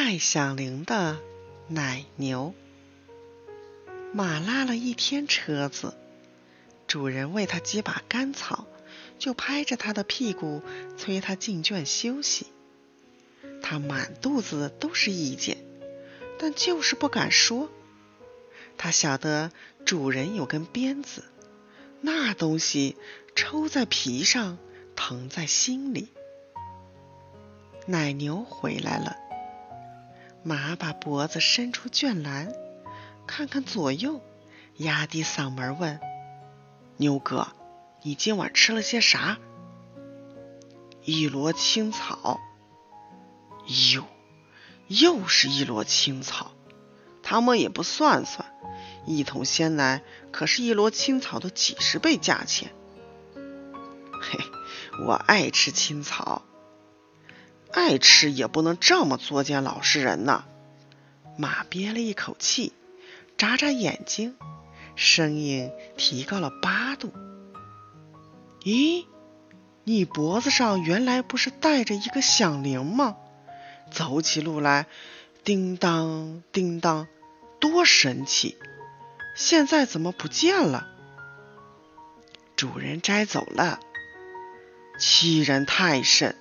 带响铃的奶牛。马拉了一天车子，主人喂它几把干草，就拍着它的屁股催它进圈休息。它满肚子都是意见，但就是不敢说。它晓得主人有根鞭子，那东西抽在皮上，疼在心里。奶牛回来了，马把脖子伸出圈栏，看看左右，压低嗓门问：牛哥，你今晚吃了些啥？一箩青草。哟，又是一箩青草，他们也不算算，一桶鲜奶可是一箩青草的几10倍价钱。嘿，我爱吃青草。爱吃也不能这么作践老实人呐。马憋了一口气，眨眨眼睛，声音提高了8度。咦，你脖子上原来不是带着一个响铃吗？走起路来叮当叮当，多神气，现在怎么不见了？主人摘走了。欺人太甚。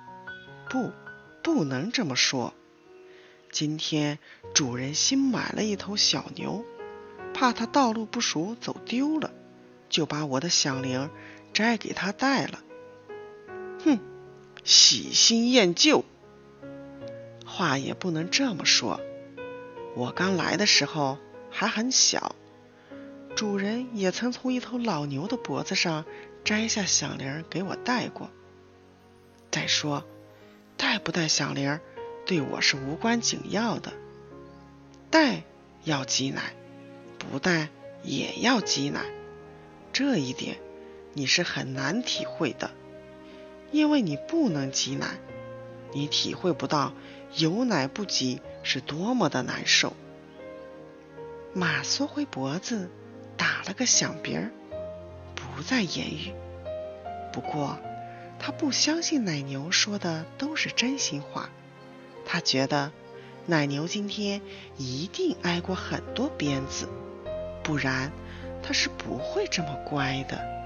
不能这么说。今天主人新买了一头小牛，怕它道路不熟走丢了，就把我的响铃摘给它戴了。哼，喜新厌旧。话也不能这么说。我刚来的时候还很小，主人也曾从一头老牛的脖子上摘下响铃给我戴过。再说，戴不戴响铃对我是无关紧要的。戴要挤奶，不戴也要挤奶，这一点你是很难体会的，因为你不能挤奶，你体会不到有奶不挤是多么的难受。马缩回脖子，打了个响鼻，不再言语。不过他不相信奶牛说的都是真心话，他觉得奶牛今天一定挨过很多鞭子，不然他是不会这么乖的。